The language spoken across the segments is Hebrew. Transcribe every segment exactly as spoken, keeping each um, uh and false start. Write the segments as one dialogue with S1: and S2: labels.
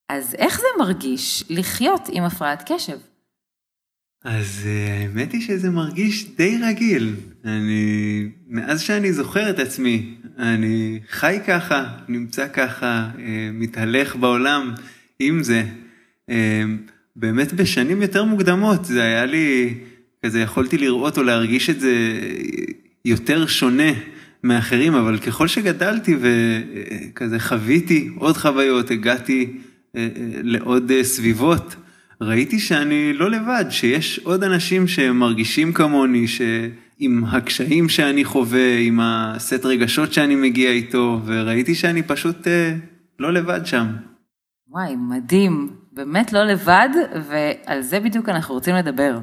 S1: אז איך זה מרגיש לחיות עם הפרעת קשב?
S2: אז האמת היא שזה מרגיש די רגיל. אני, מאז שאני זוכר את עצמי, אני חי ככה, נמצא ככה, מתהלך בעולם עם זה. באמת בשנים יותר מוקדמות, זה היה לי, כזה יכולתי לראות או להרגיש את זה יותר שונה מאחרים, אבל ככל שגדלתי וכזה חוויתי עוד חוויות, הגעתי לעוד סביבות, ראיתי שאני לא לבד, שיש עוד אנשים שמרגישים כמוני, שעם הקשיים שאני חווה, עם הסט רגשות שאני מגיע איתו, וראיתי שאני פשוט לא לבד שם.
S1: וואי, מדהים, באמת לא לבד, ועל זה בדיוק אנחנו רוצים לדבר.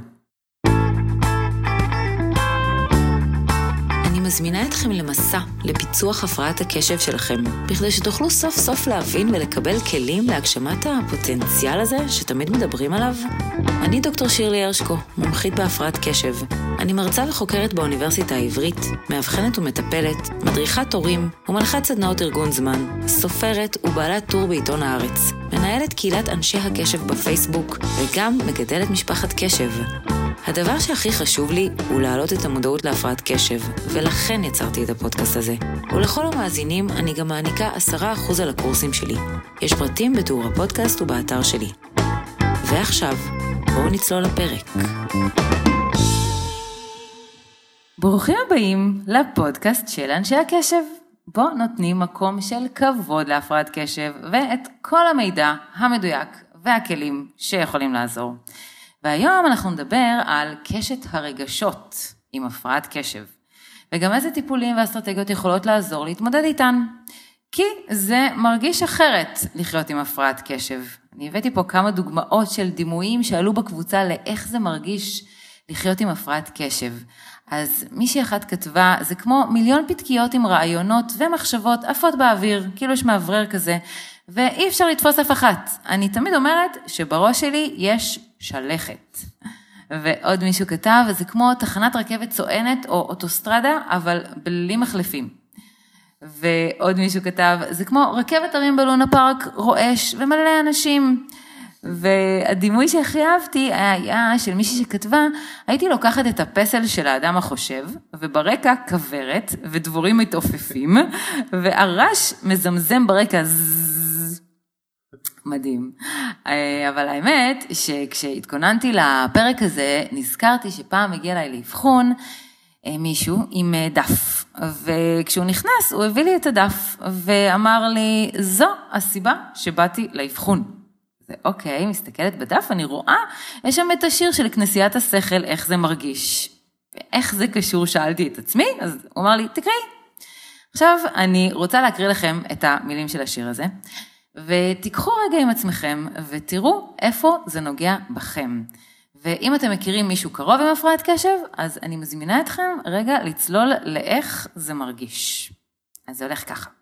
S3: מזמינה אתכם למסע, לפיצוח הפרעת הקשב שלכם, בכדי שתוכלו סוף סוף להבין ולקבל כלים להגשמת הפוטנציאל הזה שתמיד מדברים עליו. אני דוקטור שירלי הרשקו, מומחית בהפרעת קשב. אני מרצה וחוקרת באוניברסיטה העברית, מאבחנת ומטפלת, מדריכת הורים ומנחת סדנאות ארגון זמן, סופרת ובעלת טור בעיתון הארץ, מנהלת קהילת אנשי הקשב בפייסבוק וגם מגדלת משפחת קשב. הדבר שהכי חשוב לי הוא להעלות את המודעות להפרעת קשב, ולכן יצרתי את הפודקאסט הזה. ולכל המאזינים אני גם מעניקה עשרה אחוז על הקורסים שלי. יש פרטים בתיאור הפודקאסט ובאתר שלי. ועכשיו, בואו נצלול לפרק.
S1: ברוכים הבאים לפודקאסט של אנשי הקשב. בו נותנים מקום של כבוד להפרעת קשב, ואת כל המידע המדויק והכלים שיכולים לעזור. והיום אנחנו נדבר על קשת הרגשות עם הפרעת קשב, וגם איזה טיפולים ואסטרטגיות יכולות לעזור להתמודד איתן, כי זה מרגיש אחרת לחיות עם הפרעת קשב. אני הבאתי פה כמה דוגמאות של דימויים שעלו בקבוצה לאיך זה מרגיש לחיות עם הפרעת קשב. אז מישהי אחת כתבה, זה כמו מיליון פתקיות עם רעיונות ומחשבות עפות באוויר, כאילו יש מעברר כזה, ואי אפשר לתפוס אף אחת. אני תמיד אומרת שבראש שלי יש שלכת. ועוד מישהו כתב, זה כמו תחנת רכבת צוענת או אוטוסטרדה, אבל בלי מחלפים. ועוד מישהו כתב, זה כמו רכבת הרים בלונה פארק, רועש ומלא אנשים. והדימוי שהכי אהבתי היה של מישהי שכתבה, הייתי לוקחת את הפסל של האדם החושב, וברקע כברת ודבורים מתעופפים, והרש מזמזם ברקע מדהים. אבל האמת שכשהתכוננתי לפרק הזה, נזכרתי שפעם הגיע אליי לאבחון מישהו עם דף, וכשהוא נכנס הוא הביא לי את הדף, ואמר לי, זו הסיבה שבאתי לאבחון. אוקיי, מסתכלת בדף, אני רואה, יש שם את השיר של כנסיית השכל, איך זה מרגיש. ואיך זה קשור, שאלתי את עצמי, אז הוא אמר לי, תקראי. עכשיו, אני רוצה להקריא לכם את המילים של השיר הזה, ותיקחו רגע עם עצמכם, ותראו איפה זה נוגע בכם. ואם אתם מכירים מישהו קרוב עם הפרעת קשב, אז אני מזמינה אתכם רגע לצלול לאיך זה מרגיש. אז זה הולך ככה.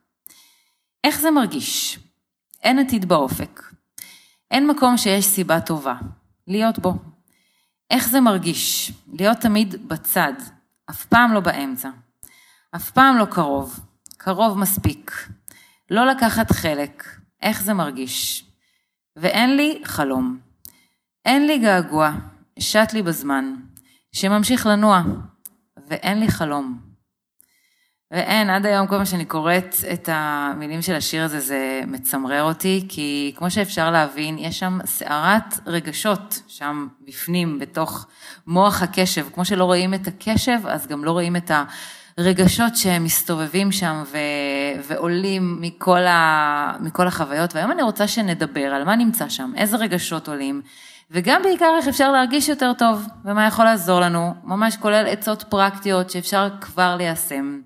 S1: איך זה מרגיש? אין עתיד באופק. אין מקום שיש סיבה טובה, להיות בו. איך זה מרגיש? להיות תמיד בצד, אף פעם לא באמצע. אף פעם לא קרוב, קרוב מספיק. לא לקחת חלק, איך זה מרגיש? ואין לי חלום. אין לי געגוע, שט לי בזמן, שממשיך לנוע, ואין לי חלום. ואין, עד היום כל מה שאני קוראת את המילים של השיר הזה, זה מצמרר אותי, כי כמו שאפשר להבין, יש שם סערת רגשות, שם בפנים, בתוך מוח הקשב. כמו שלא רואים את הקשב, אז גם לא רואים את הרגשות שהם מסתובבים שם, ו... ועולים מכל, ה... מכל החוויות. והיום אני רוצה שנדבר על מה נמצא שם, איזה רגשות עולים, וגם בעיקר איך אפשר להרגיש יותר טוב, ומה יכול לעזור לנו, ממש כולל עצות פרקטיות שאפשר כבר ליישם.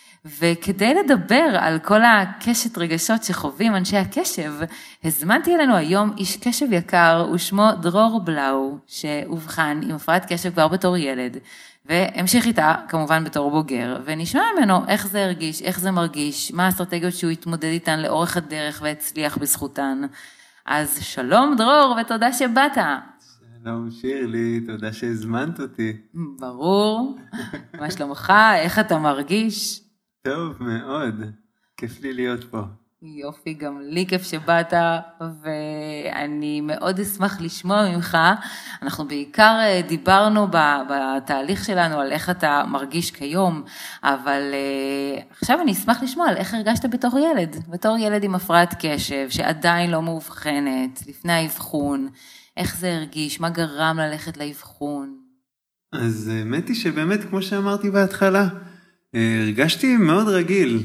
S1: וכדי לדבר על כל הקשת רגשות שחווים אנשי הקשב, הזמנתי אלינו היום איש קשב יקר, ושמו דרור בלאו, שהובחן עם הפרעת קשב כבר בתור ילד, והמשיך איתה כמובן בתור בוגר, ונשמע ממנו איך זה הרגיש, איך זה מרגיש, מה האסטרטגיות שהוא התמודד איתן לאורך הדרך והצליח בזכותן. אז שלום דרור, ותודה שבאת.
S2: שלום שירלי, תודה שהזמנת אותי.
S1: ברור, מה שלומך, איך אתה מרגיש?
S2: טוב מאוד, כיף לי להיות פה.
S1: יופי, גם לי כיף שבאת, אני מאוד אשמח לשמוע ממך, אנחנו בעיקר דיברנו בתהליך שלנו על איך אתה מרגיש כיום, אבל עכשיו אני אשמח לשמוע על איך הרגשת בתור ילד, בתור ילד עם הפרעת קשב, שעדיין לא מאובחנת, לפני האבחון, איך זה הרגיש, מה גרם ללכת לאבחון?
S2: אז האמת היא שבאמת, כמו שאמרתי בהתחלה, הרגשתי מאוד רגיל.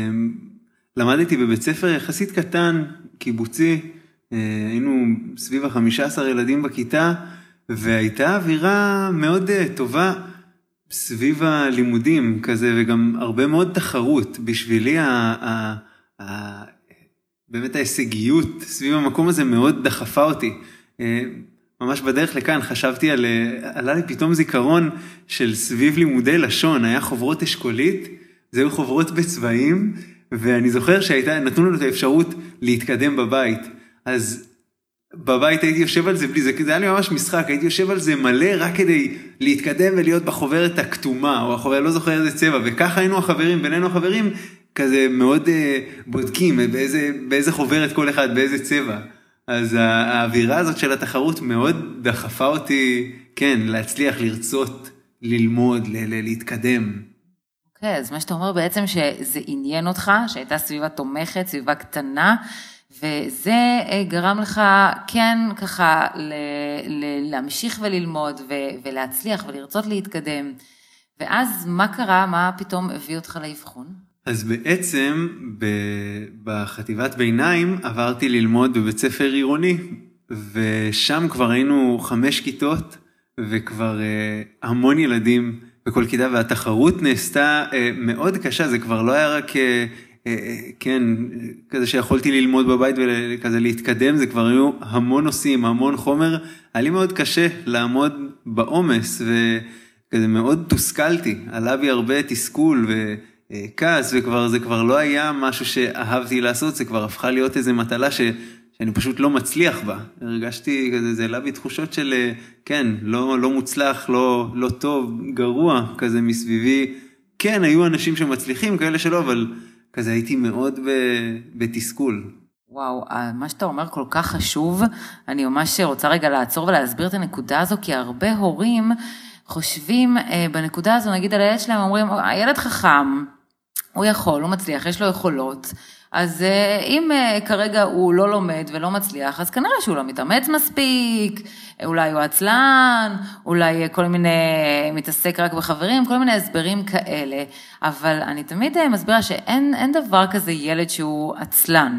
S2: למדתי בבית ספר יחסית קטן, קיבוצי, היינו סביב ה-חמישה עשר ילדים בכיתה, והייתה אווירה מאוד טובה סביב הלימודים כזה, וגם הרבה מאוד תחרות. בשבילי ה- ה- ה- באמת ההישגיות סביב המקום הזה מאוד דחפה אותי. ממש בדרך לכאן חשבתי על, עלה לי פתאום זיכרון של סביב לימודי לשון, היה חוברות אשכולית, זהו חוברות בצבעים, ואני זוכר שהייתה, נתנו לנו את האפשרות להתקדם בבית, אז בבית הייתי יושב על זה בלי, זה, זה היה לי ממש משחק, הייתי יושב על זה מלא רק כדי להתקדם ולהיות בחוברת הכתומה, או החוברת, לא זוכר איזה צבע, וככה היינו החברים, בינינו החברים, כזה מאוד uh, בודקים באיזה, באיזה חוברת כל אחד, באיזה צבע. אז האווירה הזאת של התחרות מאוד דחפה אותי, כן, להצליח לרצות, ללמוד, ל- ל- להתקדם.
S1: אוקיי, אז מה שאתה אומר בעצם שזה עניין אותך, שהייתה סביבה תומכת, סביבה קטנה, וזה גרם לך כן ככה ל- ל- להמשיך וללמוד ו- ולהצליח ולרצות להתקדם. ואז מה קרה, מה פתאום הביא אותך לאבחון?
S2: אז בעצם בחטיבת ביניים עברתי ללמוד בבית ספר עירוני, ושם כבר היינו חמש כיתות, וכבר המון ילדים בכל כיתה, והתחרות נעשתה מאוד קשה, זה כבר לא היה רק, כן, כזה שיכולתי ללמוד בבית וכזה להתקדם, זה כבר היו המון נושאים, המון חומר, היה לי מאוד קשה לעמוד בעומס, וכזה מאוד תוסכלתי, עלה בי הרבה תסכול ו... כעס, וכבר זה כבר לא היה משהו שאהבתי לעשות, זה כבר הפכה להיות איזו מטלה ש, שאני פשוט לא מצליח בה. הרגשתי כזה, זה עלה בי תחושות של, כן, לא, לא מוצלח, לא, לא טוב, גרוע, כזה מסביבי. כן, היו אנשים שמצליחים, כאלה שלא, אבל כזה הייתי מאוד בתסכול.
S1: וואו, מה שאתה אומר כל כך חשוב, אני ממש רוצה רגע לעצור ולהסביר את הנקודה הזו, כי הרבה הורים חושבים בנקודה הזו, נגיד על הילד שלהם, אומרים, הילד חכם, הוא יכול, הוא מצליח, יש לו יכולות, אז אם כרגע הוא לא לומד ולא מצליח, אז כנראה שהוא לא מתאמץ מספיק, אולי הוא עצלן, אולי כל מיני, מתעסק רק בחברים, כל מיני הסברים כאלה, אבל אני תמיד מסבירה שאין אין דבר כזה ילד שהוא עצלן,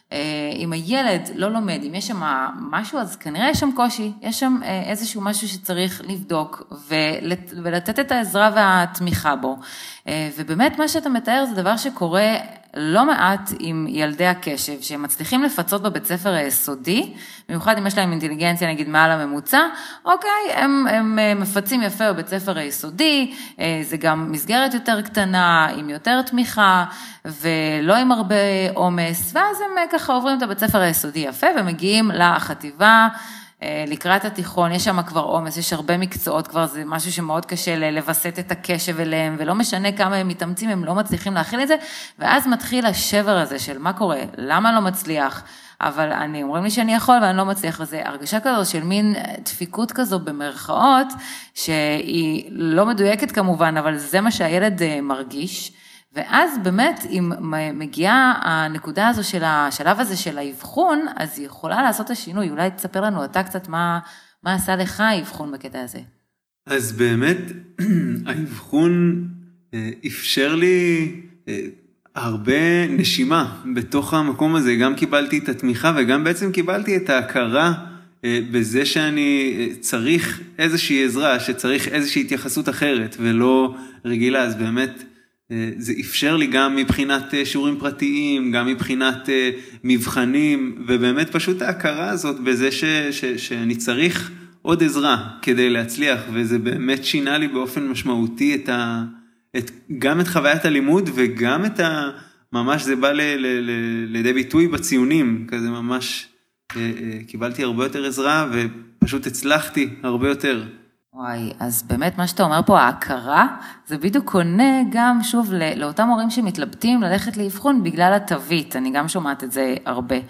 S1: אם הילד לא לומד, אם יש שם משהו, אז כנראה יש שם קושי, יש שם איזשהו משהו שצריך לבדוק ולתת את העזרה והתמיכה בו. ובאמת מה שאתה מתאר זה דבר שקורה לא מעט עם ילדי הקשב, שהם מצליחים לפצות בבית ספר היסודי, במיוחד אם יש להם אינטליגנציה נגיד מעל הממוצע, אוקיי, הם, הם מפצים יפה בבית ספר היסודי, זה גם מסגרת יותר קטנה, עם יותר תמיכה, ולא עם הרבה עומס, ואז הם ככה עוברים את הבית ספר היסודי יפה, ומגיעים לחטיבה, לקראת התיכון, יש שם כבר עומס, יש הרבה מקצועות כבר, זה משהו שמאוד קשה לבסט את הקשב אליהם, ולא משנה כמה הם מתאמצים, הם לא מצליחים להכיל את זה, ואז מתחיל השבר הזה של מה קורה, למה לא מצליח, אבל אני אומרים לי שאני יכול ואני לא מצליח, וזה הרגשה כזו של מין דפיקות כזו במרכאות, שהיא לא מדויקת כמובן, אבל זה מה שהילד מרגיש, ואז באמת, אם מגיעה הנקודה הזו של השלב הזה של האבחון, אז היא יכולה לעשות את השינוי. אולי תספר לנו אתה קצת מה, מה עשה לך האבחון בקטע הזה.
S2: אז באמת, האבחון אפשר לי הרבה נשימה בתוך המקום הזה. גם קיבלתי את התמיכה וגם בעצם קיבלתי את ההכרה בזה שאני צריך איזושהי עזרה, שצריך איזושהי התייחסות אחרת ולא רגילה. אז באמת, זה אפשר לי גם מבחינת שיעורים פרטיים, גם מבחינת מבחנים, ובאמת פשוט ההכרה הזאת בזה ש, ש, שאני צריך עוד עזרה כדי להצליח, וזה באמת שינה לי באופן משמעותי את ה, את, גם את חוויית הלימוד, וגם את ה... ממש זה בא ל, ל, ל, לידי ביטוי בציונים, כזה ממש קיבלתי הרבה יותר עזרה, ופשוט הצלחתי הרבה יותר.
S1: וואי, אז באמת מה שאתה אומר פה, ההכרה, זה בדיוק עונה גם שוב לאותם הורים שמתלבטים ללכת לאבחון בגלל התווית, אני גם שומעת את זה הרבה.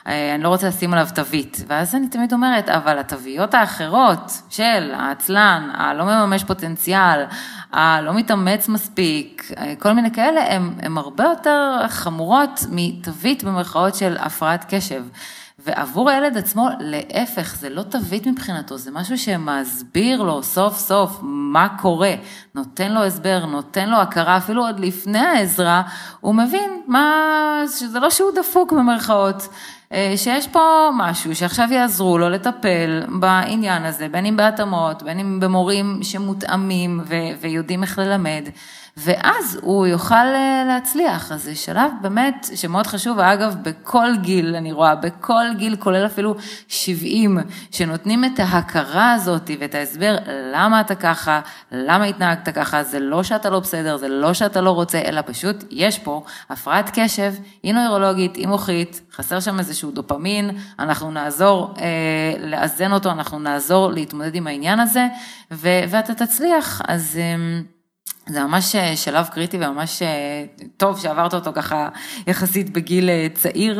S1: אני לא רוצה לשים עליו תווית, ואז אני תמיד אומרת, אבל התוויות האחרות של העצלן, הלא מממש פוטנציאל, הלא מתאמץ מספיק, כל מיני כאלה, הן הרבה יותר חמורות מתווית במרכאות של הפרעת קשב. ועבור הילד עצמו, להפך, זה לא תווית מבחינתו, זה משהו שמסביר לו סוף סוף מה קורה, נותן לו הסבר, נותן לו הכרה, אפילו עוד לפני העזרה, הוא מבין מה, שזה לא שהוא דפוק במרכאות, שיש פה משהו שעכשיו יעזרו לו לטפל בעניין הזה, בין אם בהתאמות, בין אם במורים שמותאמים ו- ויודעים איך ללמד, ואז הוא יוכל להצליח. אז זה שלב באמת שמאוד חשוב, ואגב בכל גיל, אני רואה, בכל גיל, כולל אפילו שבעים, שנותנים את ההכרה הזאת ואת ההסבר למה אתה ככה, למה התנהגת ככה, זה לא שאתה לא בסדר, זה לא שאתה לא רוצה, אלא פשוט יש פה הפרעת קשב, היא נוירולוגית, היא מוחית, חסר שם איזשהו דופמין, אנחנו נעזור אה, לאזן אותו, אנחנו נעזור להתמודד עם העניין הזה, ו- ואתה תצליח. אז אה, זה ממש שלב קריטי וממש טוב שעברת אותו ככה יחסית בגיל צעיר,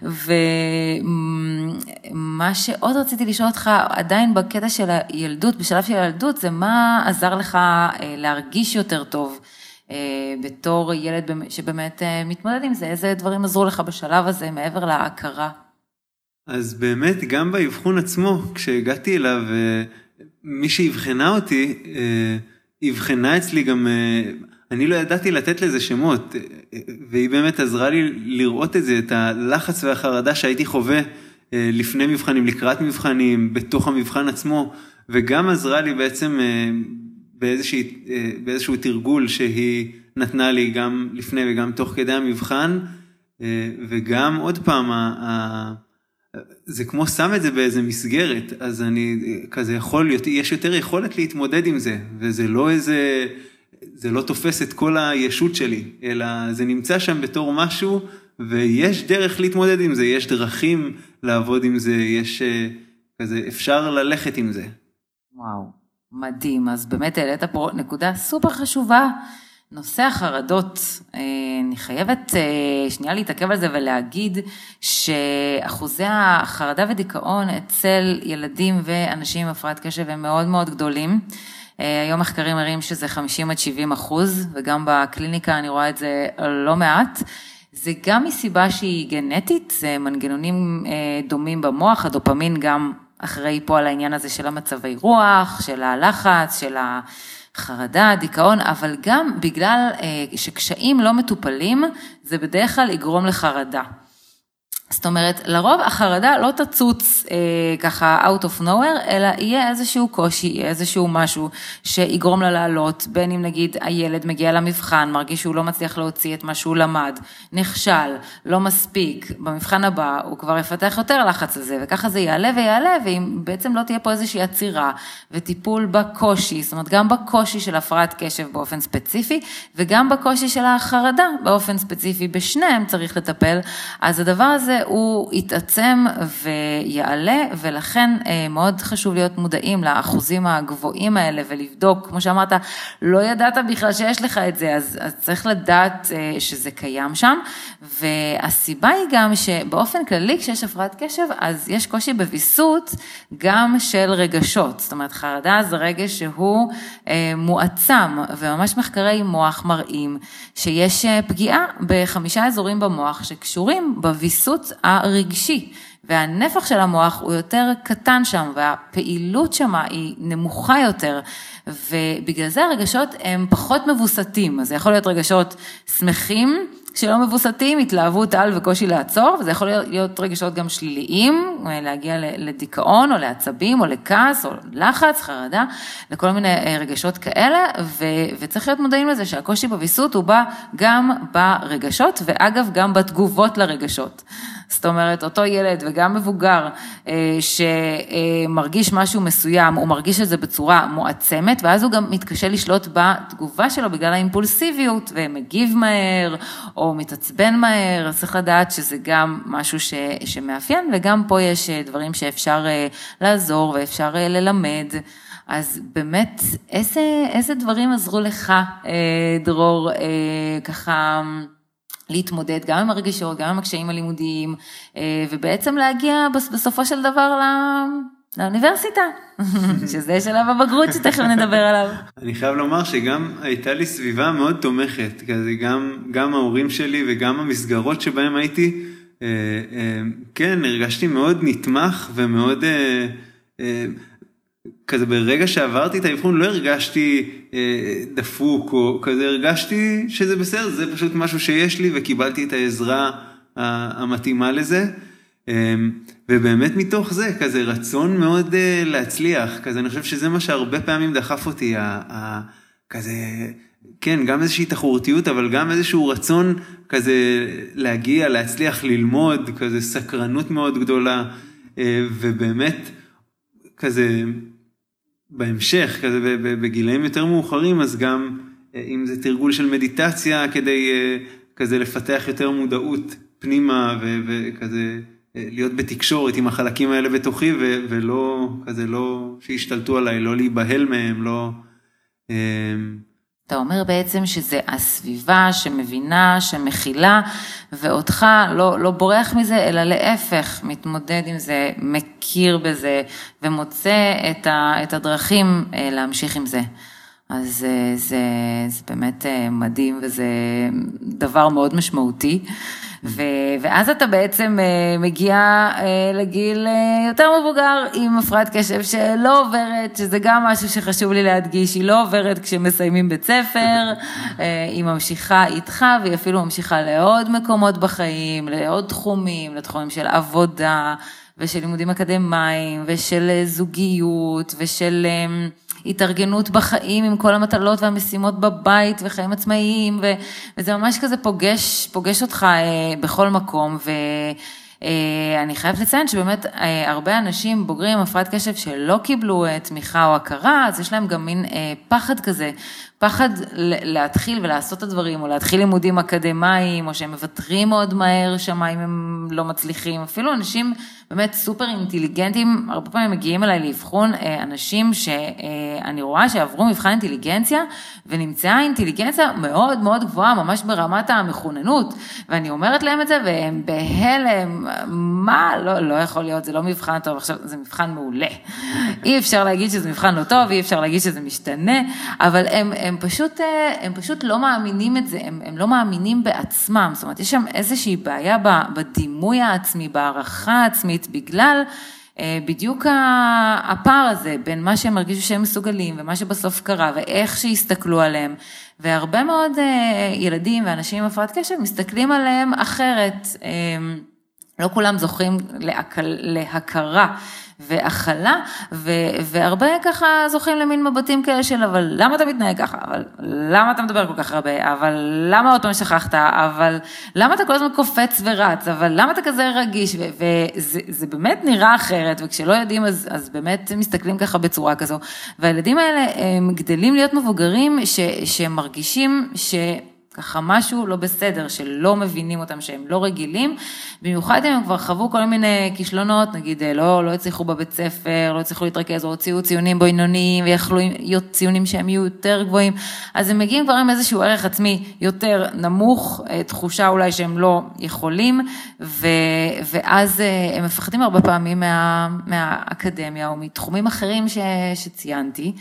S1: ומה שעוד רציתי לשאול אותך עדיין בקטע של הילדות, בשלב של הילדות, זה מה עזר לך להרגיש יותר טוב בתור ילד שבאמת מתמודד עם זה, איזה דברים עזרו לך בשלב הזה מעבר להכרה?
S2: אז באמת גם באבחון עצמו, כשהגעתי אליו, מי שהבחנה אותי, הבחנה אצלי גם, אני לא ידעתי לתת לזה שמות, והיא באמת עזרה לי לראות את זה, את הלחץ והחרדה שהייתי חווה לפני מבחנים, לקראת מבחנים, בתוך המבחן עצמו, וגם עזרה לי בעצם באיזשהו, באיזשהו תרגול שהיא נתנה לי גם לפני וגם תוך כדי המבחן, וגם עוד פעם, זה כמו שם את זה באיזה מסגרת, אז אני כזה יכול, יש יותר יכולת להתמודד עם זה, וזה לא איזה, זה לא תופס את כל הישות שלי, אלא זה נמצא שם בתור משהו, ויש דרך להתמודד עם זה, יש דרכים לעבוד עם זה, יש כזה, אפשר ללכת עם זה.
S1: וואו, מדהים, אז באמת העלית פה נקודה סופר חשובה, נושא החרדות, אני חייבת שנייה להתעכב על זה ולהגיד שאחוזי החרדה ודיכאון אצל ילדים ואנשים עם הפרעת קשב הם מאוד מאוד גדולים. היום מחקרים מראים שזה חמישים עד שבעים אחוז, וגם בקליניקה אני רואה את זה לא מעט. זה גם מסיבה שהיא גנטית, זה מנגנונים דומים במוח, הדופמין גם אחראי פה על העניין הזה של המצבי רוח, של הלחץ, של ה... חרדה, דיכאון, אבל גם בגלל שקשיים לא מטופלים, זה בדרך כלל יגרום לחרדה. זאת אומרת, לרוב החרדה לא תצוץ אה, ככה out of nowhere, אלא יהיה איזשהו קושי, איזשהו משהו שיגרום לה לעלות, בין אם נגיד הילד מגיע למבחן, מרגיש שהוא לא מצליח להוציא את מה שהוא למד, נכשל, לא מספיק, במבחן הבא הוא כבר יפתח יותר לחץ על זה, וככה זה יעלה ויעלה, ואם בעצם לא תהיה פה איזושהי עצירה, וטיפול בקושי, זאת אומרת גם בקושי של הפרעת קשב באופן ספציפי, וגם בקושי של החרדה באופן ספציפי, בשניהם צריך לטפל, אז הדבר הזה הוא יתעצם ויעלה, ולכן מאוד חשוב להיות מודעים לאחוזים הגבוהים האלה, ולבדוק, כמו שאמרת, לא ידעת בכלל שיש לך את זה, אז, אז צריך לדעת שזה קיים שם, והסיבה היא גם שבאופן כללי, כשיש הפרעת קשב, אז יש קושי בוויסות גם של רגשות, זאת אומרת, חרדה זה רגש שהוא מועצם, וממש מחקרי מוח מראים שיש פגיעה בחמישה אזורים במוח שקשורים בוויסות הרגשי, והנפח של המוח הוא יותר קטן שם, והפעילות שם היא נמוכה יותר, ובגלל זה הרגשות הם פחות מבוסתים, אז זה יכול להיות רגשות שמחים, שלא מבוסתים, התלהבות על וקושי לעצור, וזה יכול להיות רגשות גם שליליים, להגיע לדיכאון או לעצבים או לכעס או לחץ, חרדה, לכל מיני רגשות כאלה, ו- וצריך להיות מודעים לזה שהקושי בוויסות הוא בא גם ברגשות, ואגב גם בתגובות לרגשות. זאת אומרת, אותו ילד וגם מבוגר שמרגיש משהו מסוים, הוא מרגיש את זה בצורה מועצמת, ואז הוא גם מתקשה לשלוט בתגובה שלו בגלל האימפולסיביות, ומגיב מהר, או מתעצבן מהר, אז צריך לדעת שזה גם משהו ש, שמאפיין, וגם פה יש דברים שאפשר לעזור ואפשר ללמד. אז באמת, איזה, איזה דברים עזרו לך, דרור, ככה להתמודד גם עם הרגשות, גם עם הקשיים הלימודיים, ובעצם להגיע בסופו של דבר לאוניברסיטה, שזה שלב הבגרות שתכף נדבר עליו.
S2: אני חייב לומר שגם הייתה לי סביבה מאוד תומכת, כזה גם, גם ההורים שלי וגם המסגרות שבהם הייתי, כן, הרגשתי מאוד נתמך ומאוד, כזה ברגע שעברתי את האבחון לא הרגשתי דפוק, או כזה הרגשתי שזה בסדר, זה פשוט משהו שיש לי וקיבלתי את העזרה המתאימה לזה, ובאמת מתוך זה, כזה רצון מאוד להצליח, כזה אני חושב שזה מה שהרבה פעמים דחף אותי, כזה, כן, גם איזושהי תחרותיות, אבל גם איזשהו רצון כזה להגיע, להצליח ללמוד, כזה סקרנות מאוד גדולה, ובאמת כזה בהמשך, כזה בגילאים יותר מאוחרים, אז גם אם זה תרגול של מדיטציה, כדי כזה לפתח יותר מודעות פנימה, וכזה להיות בתקשורת עם החלקים האלה בתוכי, ולא, כזה לא שישתלטו עליי, לא להיבהל מהם, לא...
S1: אתה אומר בעצם שזה הסביבה שמבינה, שמכילה, ואותך לא, לא בורח מזה, אלא להפך, מתמודד עם זה, מכיר בזה, ומוצא את, ה, את הדרכים להמשיך עם זה. אז זה, זה, זה באמת מדהים, וזה דבר מאוד משמעותי. ו, ואז אתה בעצם מגיע לגיל יותר מבוגר עם הפרעת קשב שלא עוברת, שזה גם משהו שחשוב לי להדגיש, היא לא עוברת כשמסיימים בית ספר, היא ממשיכה איתך, והיא אפילו ממשיכה לעוד מקומות בחיים, לעוד תחומים, לתחומים של עבודה, ושל לימודים אקדמיים, ושל זוגיות, ושל התארגנות בחיים עם כל המטלות והמשימות בבית וחיים עצמאיים, ו, וזה ממש כזה פוגש, פוגש אותך בכל מקום, ואני חייבת לציין שבאמת הרבה אנשים בוגרים עם הפרעת קשב שלא קיבלו תמיכה או הכרה, אז יש להם גם מין פחד כזה, פחד להתחיל ולעשות את הדברים, או להתחיל לימודים אקדמיים, או שהם מוותרים מאוד מהר שמה אם הם לא מצליחים, אפילו אנשים באמת סופר אינטליגנטים, הרבה פעמים מגיעים אליי לאבחון אנשים שאני רואה שעברו מבחן אינטליגנציה, ונמצאה אינטליגנציה מאוד מאוד גבוהה, ממש ברמת המכוננות, ואני אומרת להם את זה, והם בהלם, מה? לא, לא יכול להיות, זה לא מבחן טוב, עכשיו זה מבחן מעולה. אי אפשר להגיד שזה מבחן לא טוב, אי אפשר להגיד שזה משתנה, אבל הם, הם פשוט, הם פשוט לא מאמינים את זה, הם, הם לא מאמינים בעצמם, זאת אומרת, יש שם איזושהי בעיה בדימוי העצמי, בערכה העצמית, בגלל בדיוק הפער הזה בין מה שהם מרגישו שהם מסוגלים ומה שבסוף קרה ואיך שהסתכלו עליהם, והרבה מאוד ילדים ואנשים עם הפרעת קשב מסתכלים עליהם אחרת, לא כולם זוכים להכרה והכלה, והרבה ככה זוכים למין מבטים כאלה של, אבל למה אתה מתנהג ככה? אבל למה אתה מדבר כל כך הרבה? אבל למה עוד פעם שכחת? אבל למה אתה כל הזמן קופץ ורץ? אבל למה אתה כזה רגיש? וזה זה באמת נראה אחרת, וכשלא יודעים אז, אז באמת מסתכלים ככה בצורה כזו. והילדים האלה הם גדלים להיות מבוגרים ש, שמרגישים ש... ככה משהו לא בסדר, שלא מבינים אותם, שהם לא רגילים, במיוחד אם הם כבר חוו כל מיני כישלונות, נגיד לא, לא הצליחו בבית ספר, לא הצליחו להתרכז, או הוציאו ציונים בינוניים, ויכלו להיות ציונים שהם יהיו יותר גבוהים, אז הם מגיעים כבר עם איזשהו ערך עצמי יותר נמוך, תחושה אולי שהם לא יכולים, ו, ואז הם מפחדים הרבה פעמים מה, מהאקדמיה, או מתחומים אחרים ש, שציינתי,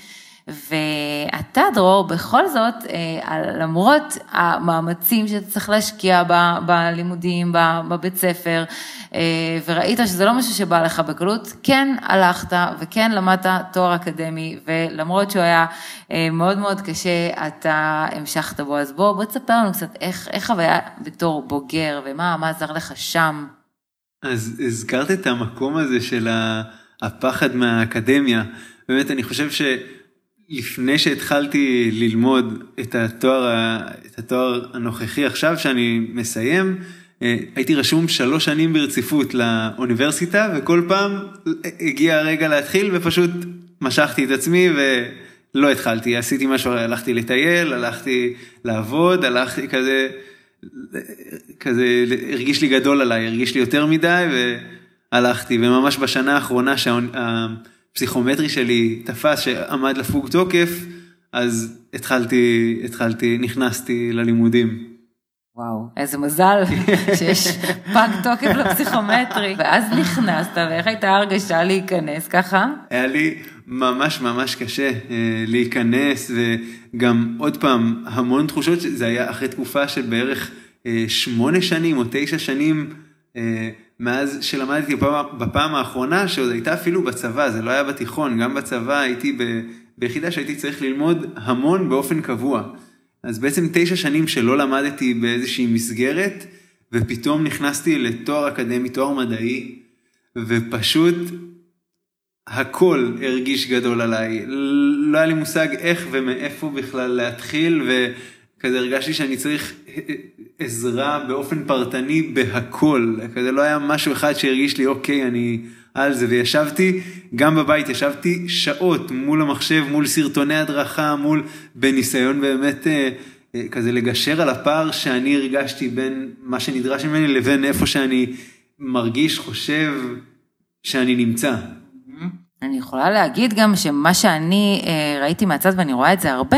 S1: ואתה דרור, בכל זאת, למרות המאמצים שאתה צריך להשקיע בלימודים, בבית ספר, וראית שזה לא משהו שבא לך בקלות, כן הלכת וכן למדת תואר אקדמי, ולמרות שהוא היה מאוד מאוד קשה, אתה המשכת בו, אז בוא, בוא תספר לנו קצת איך, איך חוויה בתור בוגר, ומה מה עזר לך שם.
S2: אז הזכרת את המקום הזה של הפחד מהאקדמיה, באמת אני חושב ש... לפני שהתחלתי ללמוד את התואר, את התואר הנוכחי עכשיו שאני מסיים, הייתי רשום שלוש שנים ברציפות לאוניברסיטה, וכל פעם הגיע הרגע להתחיל, ופשוט משכתי את עצמי ולא התחלתי. עשיתי משהו, הלכתי לטייל, הלכתי לעבוד, הלכתי כזה, כזה, הרגיש לי גדול עליי, הרגיש לי יותר מדי, והלכתי. וממש בשנה האחרונה שה... פסיכומטרי שלי תפס שעמד לפוג תוקף, אז התחלתי, התחלתי, נכנסתי ללימודים.
S1: וואו, איזה מזל שיש פג תוקף לפסיכומטרי. ואז נכנסת, ואיך הייתה הרגשה להיכנס ככה?
S2: היה לי ממש ממש קשה להיכנס, וגם עוד פעם, המון תחושות, זה היה אחרי תקופה של בערך שמונה שנים או תשע שנים, מאז שלמדתי בפעם האחרונה, שעוד הייתה אפילו בצבא, זה לא היה בתיכון, גם בצבא הייתי ביחידה שהייתי צריך ללמוד המון באופן קבוע. אז בעצם תשע שנים שלא למדתי באיזושהי מסגרת, ופתאום נכנסתי לתואר אקדמי, תואר מדעי, ופשוט הכל הרגיש גדול עליי. לא היה לי מושג איך ומאיפה בכלל להתחיל, וכזה הרגשתי שאני צריך עזרה באופן פרטני בהכל. כזה לא היה משהו אחד שהרגיש לי, אוקיי, אני על זה. וישבתי, גם בבית, ישבתי שעות מול המחשב, מול סרטוני הדרכה, מול, בניסיון באמת כזה לגשר על הפער שאני הרגשתי בין מה שנדרש ממני לבין איפה שאני מרגיש, חושב שאני נמצא.
S1: אני יכולה להגיד גם שמה שאני ראיתי מהצד, ואני רואה את זה הרבה,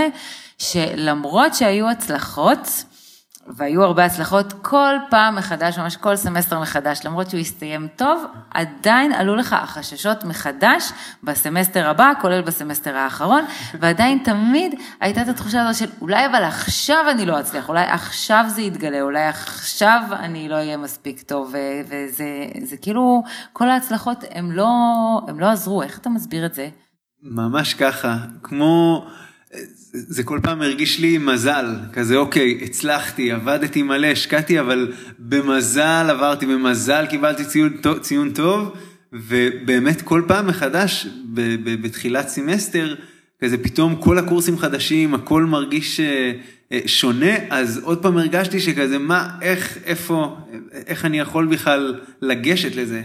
S1: שלמרות שהיו הצלחות, והיו הרבה הצלחות, כל פעם מחדש, ממש כל סמסטר מחדש, למרות שהוא הסתיים טוב, עדיין עלו לך החששות מחדש בסמסטר הבא, כולל בסמסטר האחרון, ועדיין תמיד הייתה את התחושה הזו של, אולי אבל עכשיו אני לא אצליח, אולי עכשיו זה יתגלה, אולי עכשיו אני לא אהיה מספיק טוב, וזה זה כאילו, כל ההצלחות הם לא, הם לא עזרו. איך אתה מסביר את זה?
S2: ממש ככה, כמו... זה כל פעם הרגיש לי מזל, כזה אוקיי, הצלחתי, עבדתי מלא, השקעתי, אבל במזל עברתי, במזל קיבלתי ציון, ציון טוב, ובאמת כל פעם מחדש, בתחילת סמסטר, כזה פתאום כל הקורסים חדשים, הכל מרגיש שונה, אז עוד פעם הרגשתי שכזה מה, איך, איפה, איך אני יכול בכלל לגשת לזה.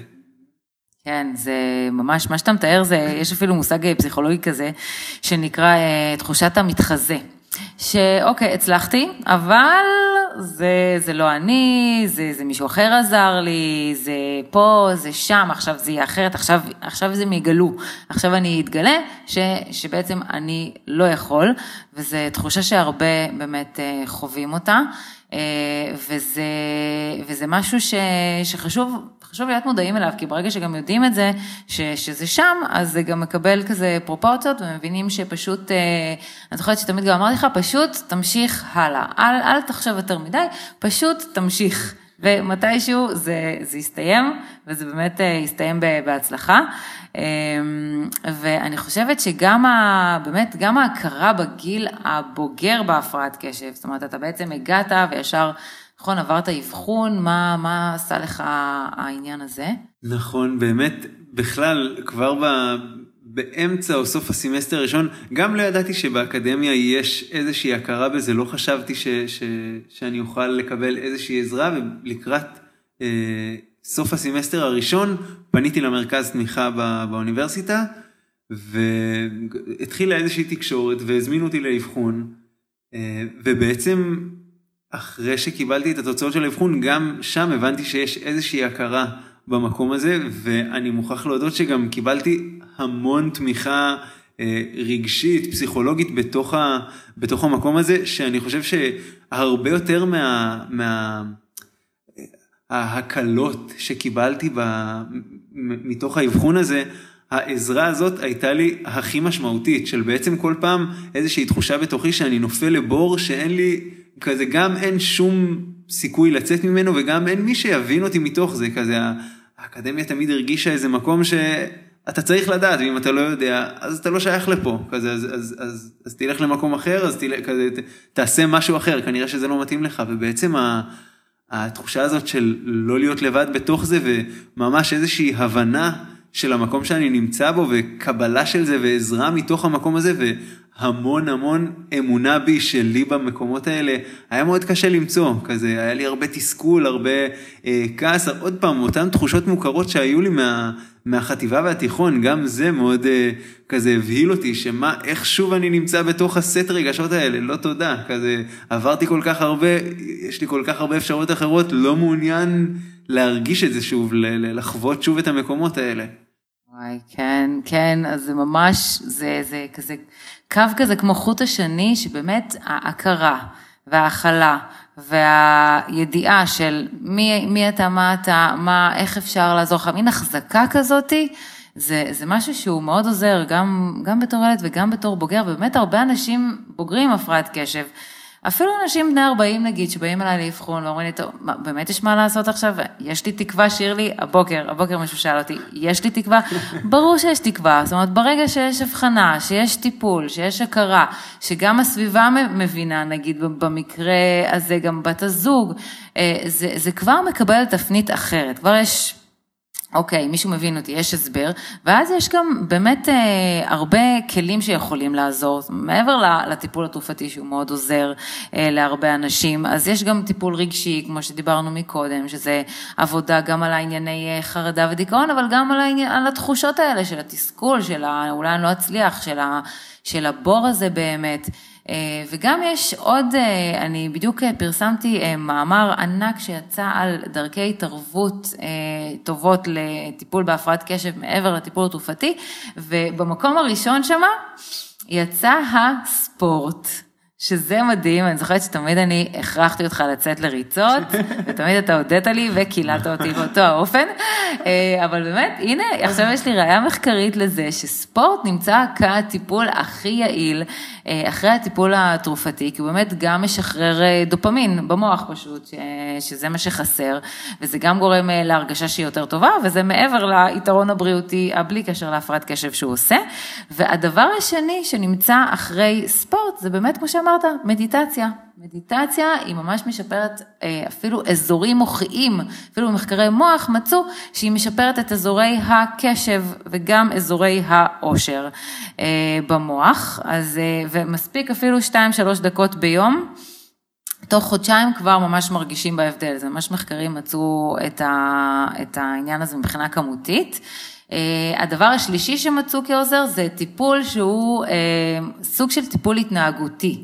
S1: כן, זה ממש, מה שאתה מתאר, זה, יש אפילו מושג פסיכולוגי כזה, שנקרא תחושת המתחזה. שאוקיי, הצלחתי, אבל זה, זה לא אני, זה, זה מישהו אחר עזר לי, זה פה, זה שם, עכשיו זה יהיה אחרת, עכשיו, עכשיו זה מגלו, עכשיו אני אתגלה, ש, שבעצם אני לא יכול, וזו תחושה שהרבה באמת חווים אותה, וזה, וזה משהו ש, שחשוב, חשוב להיות מודעים אליו, כי ברגע שגם יודעים את זה, ש, שזה שם, אז זה גם מקבל כזה פרופורציות, ומבינים שפשוט, אני זוכרת שתמיד גם אמרתי לך, פשוט תמשיך הלאה, אל, אל תחשב יותר מדי, פשוט תמשיך, ומתישהו זה, זה יסתיים, וזה באמת יסתיים בהצלחה, ואני חושבת שגם ה, באמת, גם ההכרה בגיל הבוגר בהפרעת קשב, זאת אומרת, אתה בעצם הגעת וישר, נכון, עברת אבחון, מה, מה עשה לך העניין הזה?
S2: נכון, באמת, בכלל, כבר ב, באמצע או סוף הסמסטר הראשון, גם לא ידעתי שבאקדמיה יש איזושהי הכרה בזה, לא חשבתי ש, ש, שאני אוכל לקבל איזושהי עזרה, ולקראת אה, סוף הסמסטר הראשון, פניתי למרכז תמיכה בא, באוניברסיטה, והתחילה איזושהי תקשורת, והזמינו אותי לאבחון, אה, ובעצם... אחרי שקיבלתי את התוצאות של האבחון, גם שם הבנתי שיש איזושהי הכרה במקום הזה, ואני מוכרח להודות שגם קיבלתי המון תמיכה רגשית, פסיכולוגית בתוך, ה, בתוך המקום הזה, שאני חושב שהרבה יותר מה, מה, ההקלות שקיבלתי ב, מתוך האבחון הזה, העזרה הזאת הייתה לי הכי משמעותית, של בעצם כל פעם איזושהי תחושה בתוכי שאני נופל לבור שאין לי, כזה גם אין שום סיכוי לצאת ממנו, וגם אין מי שיבין אותי מתוך זה, כזה האקדמיה תמיד הרגישה איזה מקום שאתה צריך לדעת, ואם אתה לא יודע, אז אתה לא שייך לפה, כזה, אז, אז, אז, אז תלך למקום אחר, אז תלך, כזה, תעשה משהו אחר, כנראה שזה לא מתאים לך, ובעצם התחושה הזאת של לא להיות לבד בתוך זה, וממש איזושהי הבנה של המקום שאני נמצא בו, וקבלה של זה, ועזרה מתוך המקום הזה, והמון המון אמונה בי שלי במקומות האלה, היה מאוד קשה למצוא, כזה, היה לי הרבה תסכול, הרבה אה, כעס, עוד פעם, אותן תחושות מוכרות שהיו לי מה, מהחטיבה והתיכון, גם זה מאוד אה, כזה הבהיל אותי, שמה, איך שוב אני נמצא בתוך הסט רגשות האלה, לא תודה, כזה, עברתי כל כך הרבה, יש לי כל כך הרבה אפשרויות אחרות, לא מעוניין להרגיש את זה שוב, לחוות שוב את המקומות האלה.
S1: וואי, כן, כן, אז זה ממש, זה, זה כזה, קו כזה כמו חוט השני, שבאמת ההכרה וההכלה והידיעה של מי, מי אתה, מה אתה, מה, איך אפשר לעזור לך, מין החזקה כזאת, זה, זה משהו שהוא מאוד עוזר, גם, גם בתור ילד וגם בתור בוגר, ובאמת הרבה אנשים בוגרים הפרעת קשב, אפילו אנשים בני ארבעים נגיד, שבאים אליי לאבחון, ואומרים לי, טוב, מה, באמת יש מה לעשות עכשיו? יש לי תקווה, שירלי, הבוקר, הבוקר מישהו שאל אותי, יש לי תקווה? ברור שיש תקווה, זאת אומרת, ברגע שיש הבחנה, שיש טיפול, שיש הכרה, שגם הסביבה מבינה, נגיד, במקרה הזה, גם בת הזוג, זה, זה כבר מקבל תפנית אחרת, כבר יש... אוקיי, מישהו מבין אותי, יש הסבר, ואז יש גם באמת אה, הרבה כלים שיכולים לעזור, מעבר לטיפול התרופתי שהוא מאוד עוזר אה, להרבה אנשים, אז יש גם טיפול רגשי, כמו שדיברנו מקודם, שזה עבודה גם על הענייני חרדה ודיכאון, אבל גם על, העניין, על התחושות האלה של התסכול, של ה, אולי אני לא אצליח, של, ה, של הבור הזה באמת, וגם יש עוד, אני בדיוק פרסמתי מאמר ענק שיצא על דרכי התערבות טובות לטיפול בהפרעת קשב מעבר לטיפול התרופתי, ובמקום הראשון שמה יצא הספורט. שזה מדהים, אני זוכרת שתמיד אני הכרחתי אותך לצאת לריצות, ותמיד אתה הודית לי וקילעת אותי באותו האופן, אבל באמת, הנה, עכשיו יש לי ראיה מחקרית לזה, שספורט נמצא כטיפול הכי יעיל, אחרי הטיפול התרופתי, כי הוא באמת גם משחרר דופמין במוח פשוט, שזה מה שחסר, וזה גם גורם להרגשה שהיא יותר טובה, וזה מעבר ליתרון הבריאותי, בלי קשר להפרעת קשב שהוא עושה, והדבר השני שנמצא אחרי ספורט, זה באמת כמו שאמרת, מדיטציה. מדיטציה היא ממש משפרת אפילו אזורים מוחיים, אפילו במחקרי מוח מצאו שהיא משפרת את אזורי הקשב וגם אזורי העושר במוח, אז, ומספיק אפילו שתיים שלוש דקות ביום, תוך חודשיים כבר ממש מרגישים בהבדל, זה ממש מחקרים מצאו את, ה, את העניין הזה מבחינה כמותית. הדבר השלישי שמצאו כעוזר זה טיפול שהוא סוג של טיפול התנהגותי,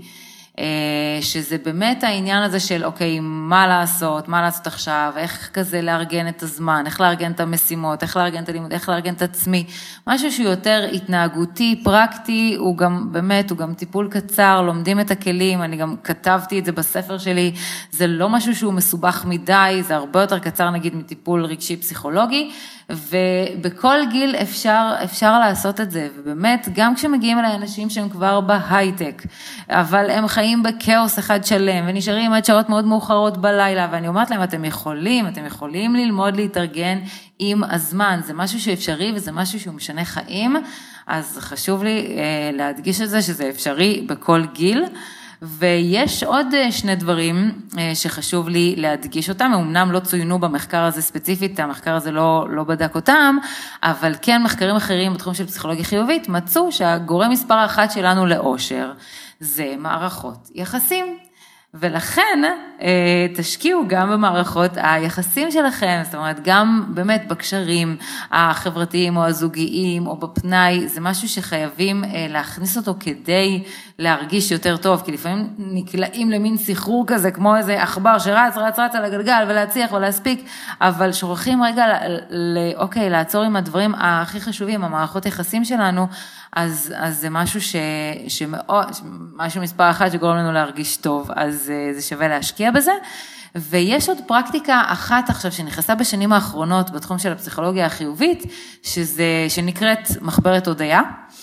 S1: שזה באמת העניין הזה של אוקיי, מה לעשות, מה לעשות עכשיו, איך כזה לארגן את הזמן, איך לארגן את המשימות, איך לארגן את הלימוד, איך לארגן את עצמי, משהו שהוא יותר התנהגותי, פרקטי, הוא גם באמת, הוא גם טיפול קצר, לומדים את הכלים, אני גם כתבתי את זה בספר שלי, זה לא משהו שהוא מסובך מדי, זה הרבה יותר קצר נגיד מטיפול רגשי פסיכולוגי, ובכל גיל אפשר, אפשר לעשות את זה, ובאמת גם כשמגיעים אליי אנשים שהם כבר בהייטק, אבל הם חיים בקאוס אחד שלם, ונשארים עד שעות מאוד מאוחרות בלילה, ואני אומרת להם, אתם יכולים, אתם יכולים ללמוד להתארגן עם הזמן, זה משהו שאפשרי, וזה משהו שהוא משנה חיים, אז חשוב לי להדגיש את זה, שזה אפשרי בכל גיל, ויש עוד שני דברים שחשוב לי להדגיש אותם, אמנם לא צוינו במחקר הזה ספציפית, המחקר הזה לא, לא בדק אותם, אבל כן מחקרים אחרים בתחום של פסיכולוגיה חיובית, מצאו שהגורם מספר אחת שלנו לאושר, זה מערכות יחסים. ולכן תשקיעו גם במערכות היחסים שלכם, זאת אומרת גם באמת בקשרים החברתיים או הזוגיים או בפנאי, זה משהו שחייבים להכניס אותו כדי להרגיש יותר טוב, כי לפעמים נקלעים למין סחרור כזה, כמו איזה עכבר שרץ, רץ, רץ על הגלגל ולהצליח ולהספיק, אבל שוכחים רגע, אוקיי, לעצור עם הדברים הכי חשובים, המערכות יחסים שלנו, אז, אז זה משהו ש, שמאוד, משהו מספר אחד שגורם לנו להרגיש טוב, אז זה שווה להשקיע בזה. ויש עוד פרקטיקה אחת עכשיו שנכנסה בשנים האחרונות בתחום של הפסיכולוגיה החיובית, שזה, שנקראת מחברת הודיה,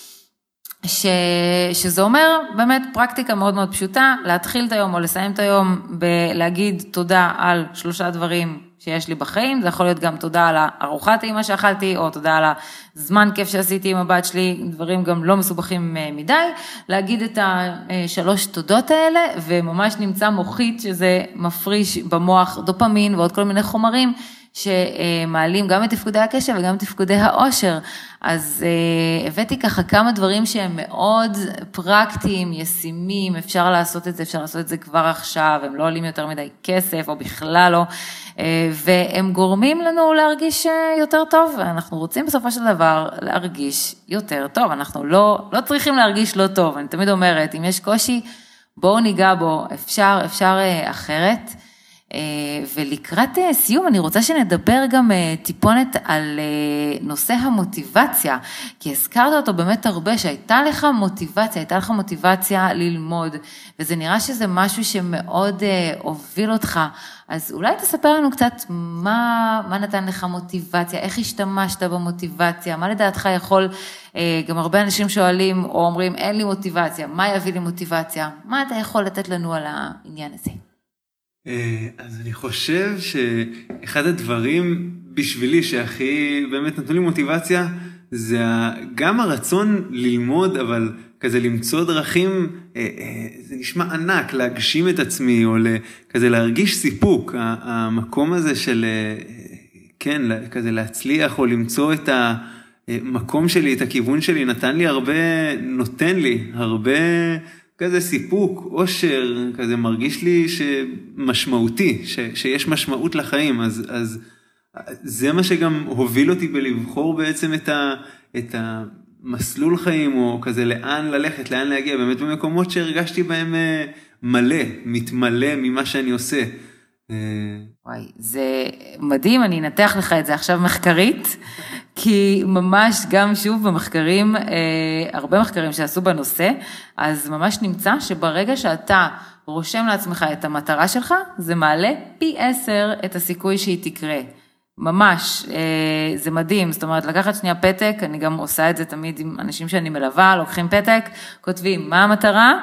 S1: ש, שזה אומר באמת פרקטיקה מאוד מאוד פשוטה, להתחיל את היום או לסיים את היום בלהגיד תודה על שלושה דברים שיש לי בחיים, זה יכול להיות גם תודה על הארוחת אימא שאכלתי, או תודה על הזמן כיף שעשיתי עם הבת שלי, דברים גם לא מסובכים מדי, להגיד את השלוש תודות האלה, וממש נמצא מוחית שזה מפריש במוח דופמין ועוד כל מיני חומרים, שמעלים גם את תפקודי הקשב וגם את תפקודי העושר, אז uh, הבאתי ככה כמה דברים שהם מאוד פרקטיים, ישימים, אפשר לעשות את זה, אפשר לעשות את זה כבר עכשיו, הם לא עולים יותר מדי כסף או בכלל לא, uh, והם גורמים לנו להרגיש יותר טוב, ואנחנו רוצים בסופו של דבר להרגיש יותר טוב, אנחנו לא, לא צריכים להרגיש לא טוב, אני תמיד אומרת, אם יש קושי, בואו ניגע בו, אפשר, אפשר uh, אחרת, ולקראת סיום אני רוצה שנדבר גם טיפונת על נושא המוטיבציה, כי הזכרת אותו באמת הרבה, שהייתה לך מוטיבציה, הייתה לך מוטיבציה ללמוד, וזה נראה שזה משהו שמאוד הוביל אותך, אז אולי תספר לנו קצת מה, מה נתן לך מוטיבציה, איך השתמשת במוטיבציה, מה לדעתך יכול, גם הרבה אנשים שואלים או אומרים אין לי מוטיבציה, מה יביא לי מוטיבציה, מה אתה יכול לתת לנו על העניין הזה?
S2: אז אני חושב שאחד הדברים בשבילי שהכי באמת נתנו לי מוטיבציה, זה גם הרצון ללמוד, אבל כזה למצוא דרכים, זה נשמע ענק, להגשים את עצמי, או כזה להרגיש סיפוק, המקום הזה של, כן, כזה להצליח, או למצוא את המקום שלי, את הכיוון שלי, נתן לי הרבה, נותן לי הרבה כזה סיפוק, אושר, כזה מרגיש לי שמשמעותי, ש, שיש משמעות לחיים, אז, אז זה מה שגם הוביל אותי בלבחור בעצם את, ה, את המסלול חיים, או כזה לאן ללכת, לאן להגיע, באמת במקומות שהרגשתי בהם מלא, מתמלא ממה שאני עושה.
S1: וואי, זה מדהים, אני אנתח לך את זה עכשיו מחקרית, כי ממש גם שוב במחקרים, הרבה מחקרים שעשו בנושא, אז ממש נמצא שברגע שאתה רושם לעצמך את המטרה שלך, זה מעלה פי עשר את הסיכוי שהיא תקרה. ממש, זה מדהים, זאת אומרת, לקחת שנייה פתק, אני גם עושה את זה תמיד עם אנשים שאני מלווה, לוקחים פתק, כותבים מה המטרה,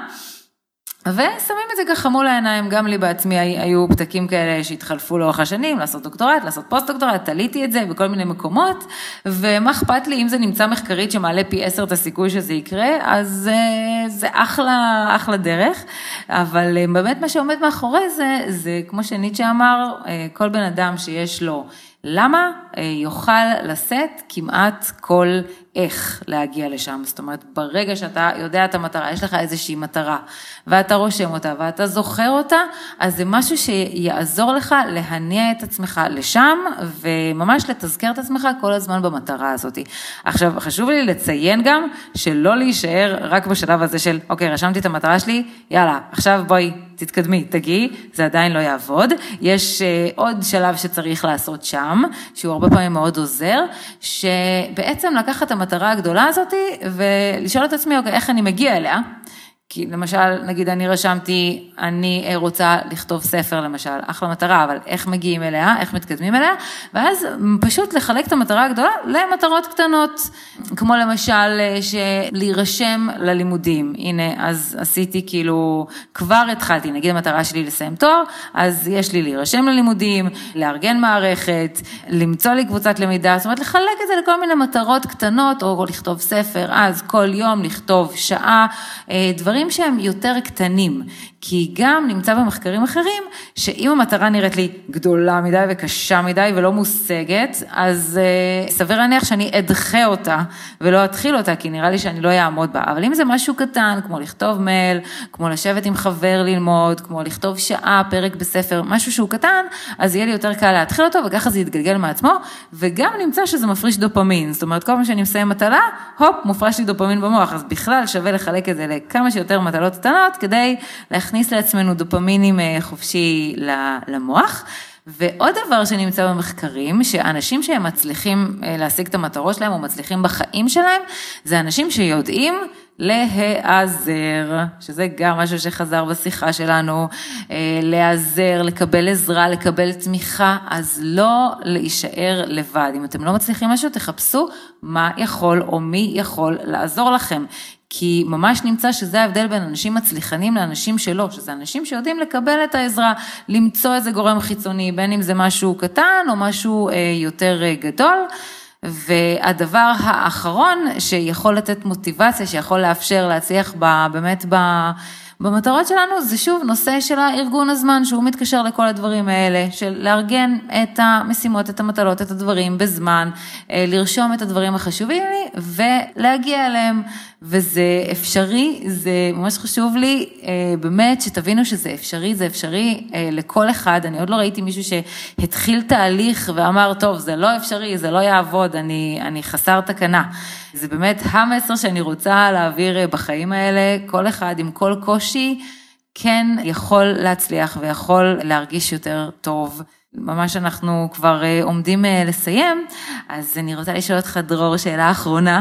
S1: ושמים את זה ככה מול העיניים, גם לי בעצמי היו פתקים כאלה שהתחלפו לאורך השנים, לעשות דוקטורט, לעשות פוסט דוקטורט, תליתי את זה בכל מיני מקומות, ומה אכפת לי אם זה נמצא מחקרית שמעלה פי עשר את הסיכוי שזה יקרה, אז זה, זה אחלה, אחלה דרך, אבל באמת מה שעומד מאחורי זה, זה כמו שניטשה אמר, כל בן אדם שיש לו, למה יוכל לשאת כמעט כל איך להגיע לשם, זאת אומרת, ברגע שאתה יודע את המטרה, יש לך איזושהי מטרה, ואתה רושם אותה, ואתה זוכר אותה, אז זה משהו שיעזור לך להניע את עצמך לשם, וממש לתזכר את עצמך כל הזמן במטרה הזאת. עכשיו, חשוב לי לציין גם, שלא להישאר רק בשלב הזה של, אוקיי, רשמתי את המטרה שלי, יאללה, עכשיו בואי, תתקדמי, תגיעי, זה עדיין לא יעבוד, יש עוד שלב שצריך לעשות שם, שהוא הרבה פעמים מאוד עוזר, שבעצם לקחת את המטרה הגדולה הזאת, ולשאול את עצמי, אוקיי, איך אני מגיע אליה, כי למשל, נגיד אני רשמתי, אני רוצה לכתוב ספר למשל, אחלה מטרה, אבל איך מגיעים אליה, איך מתקדמים אליה, ואז פשוט לחלק את המטרה הגדולה למטרות קטנות, כמו למשל, להירשם ללימודים, הנה, אז עשיתי כאילו, כבר התחלתי, נגיד המטרה שלי לסיים תואר, אז יש לי להירשם ללימודים, לארגן מערכת, למצוא לי קבוצת למידה, זאת אומרת, לחלק את זה לכל מיני מטרות קטנות, או לכתוב ספר, אז כל יום לכתוב שעה, דברים שהם יותר קטנים, כי גם נמצא במחקרים אחרים, שאם המטרה נראית לי גדולה מדי וקשה מדי ולא מושגת, אז uh, סביר להניח שאני אדחה אותה, ולא אתחיל אותה, כי נראה לי שאני לא אעמוד בה. אבל אם זה משהו קטן, כמו לכתוב מייל, כמו לשבת עם חבר ללמוד, כמו לכתוב שעה, פרק בספר, משהו שהוא קטן, אז יהיה לי יותר קל להתחיל אותו, וככה זה יתגלגל מעצמו, וגם נמצא שזה מפריש דופמין, זאת אומרת, כל פעם שאני מסיים מטלה, הופ, מופרש לי דופמין במוח, אז בכלל שווה לחלק את זה לכמה שיותר מטלות קטנות, כדי להכניס לעצמנו דופמינים חופשי למוח. ועוד דבר שנמצא במחקרים, שאנשים שהם מצליחים להשיג את המטרות שלהם, או מצליחים בחיים שלהם, זה אנשים שיודעים להיעזר, שזה גם משהו שחזר בשיחה שלנו, להיעזר, לקבל עזרה, לקבל תמיכה, אז לא להישאר לבד. אם אתם לא מצליחים משהו, תחפשו מה יכול או מי יכול לעזור לכם. כי ממש נמצא שזה ההבדל בין אנשים מצליחנים לאנשים שלא, שזה אנשים שיודעים לקבל את העזרה, למצוא איזה גורם חיצוני, בין אם זה משהו קטן או משהו יותר גדול, והדבר האחרון שיכול לתת מוטיבציה, שיכול לאפשר להצליח ב, באמת ב, במטרות שלנו, זה שוב נושא של הארגון הזמן, שהוא מתקשר לכל הדברים האלה, של לארגן את המשימות, את המטלות, את הדברים בזמן, לרשום את הדברים החשובים לי, ולהגיע אליהם, וזה אפשרי, זה ממש חשוב לי, באמת שתבינו שזה אפשרי, זה אפשרי לכל אחד, אני עוד לא ראיתי מישהו שהתחיל תהליך ואמר, טוב, זה לא אפשרי, זה לא יעבוד, אני, אני חסר תקנה. זה באמת המסר שאני רוצה להעביר בחיים האלה, כל אחד עם כל קושי, כן יכול להצליח ויכול להרגיש יותר טוב. ממש אנחנו כבר עומדים לסיים, אז אני רוצה לשאול אותך דרור שאלה אחרונה.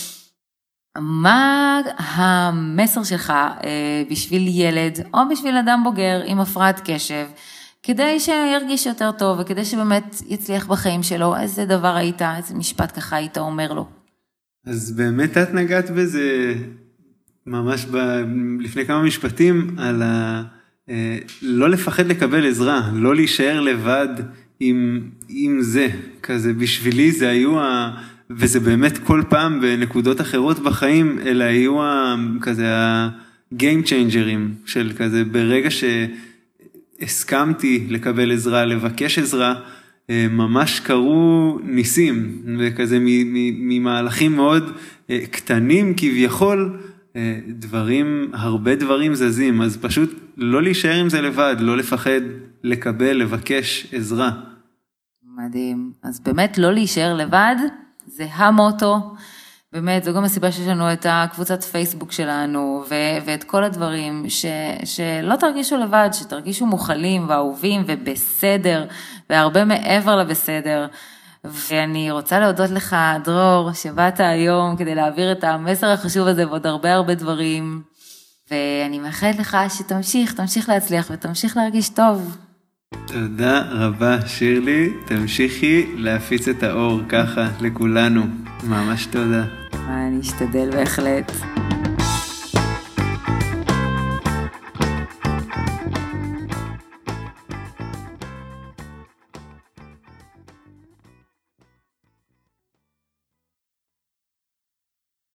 S1: מה המסר שלך בשביל ילד או בשביל אדם בוגר עם הפרעת קשב, כדי שירגיש יותר טוב וכדי שבאמת יצליח בחיים שלו? איזה דבר היית, איזה משפט ככה היית אומר לו?
S2: אז באמת את נגעת בזה ממש ב... לפני כמה משפטים על ה... לא לפחד לקבל עזרה, לא להישאר לבד עם, עם זה, כזה בשבילי זה היו, ה... וזה באמת כל פעם בנקודות אחרות בחיים, אלה היו ה... כזה ה-game changer'ים של כזה, ברגע שהסכמתי לקבל עזרה, לבקש עזרה, ממש קרו ניסים, וכזה ממהלכים מאוד קטנים כביכול, דברים, הרבה דברים זזים, אז פשוט לא להישאר עם זה לבד, לא לפחד לקבל, לבקש עזרה.
S1: מדהים. אז באמת לא להישאר לבד, זה המוטו. באמת, זו גם הסיבה שיש לנו את הקבוצת פייסבוק שלנו, ו- ואת כל הדברים, ש- שלא תרגישו לבד, שתרגישו מוכלים ואהובים ובסדר, והרבה מעבר לבסדר. ואני רוצה להודות לך, דרור, שבאת היום כדי להעביר את המסר החשוב הזה ועוד הרבה הרבה דברים. ואני מאחלת לך שתמשיך, תמשיך להצליח ותמשיך להרגיש טוב.
S2: תודה רבה שירלי, תמשיכי להפיץ את האור ככה לכולנו. ממש תודה.
S1: אני אשתדל בהחלט.